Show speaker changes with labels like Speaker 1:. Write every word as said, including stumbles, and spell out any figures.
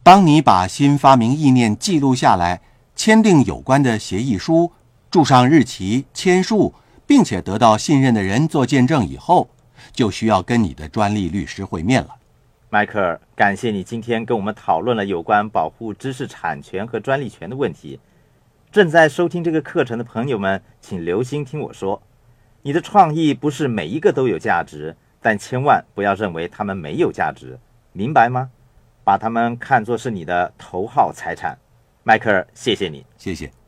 Speaker 1: 当你把新发明意念记录下来，签订有关的协议书，注上日期，签署，并且得到信任的人做见证以后，就需要跟你的专利律师会面了。
Speaker 2: 迈克尔，感谢你今天跟我们讨论了有关保护知识产权和专利权的问题。正在收听这个课程的朋友们，请留心听我说，你的创意不是每一个都有价值，但千万不要认为它们没有价值，明白吗？把它们看作是你的头号财产。迈克尔，谢谢你。
Speaker 1: 谢谢。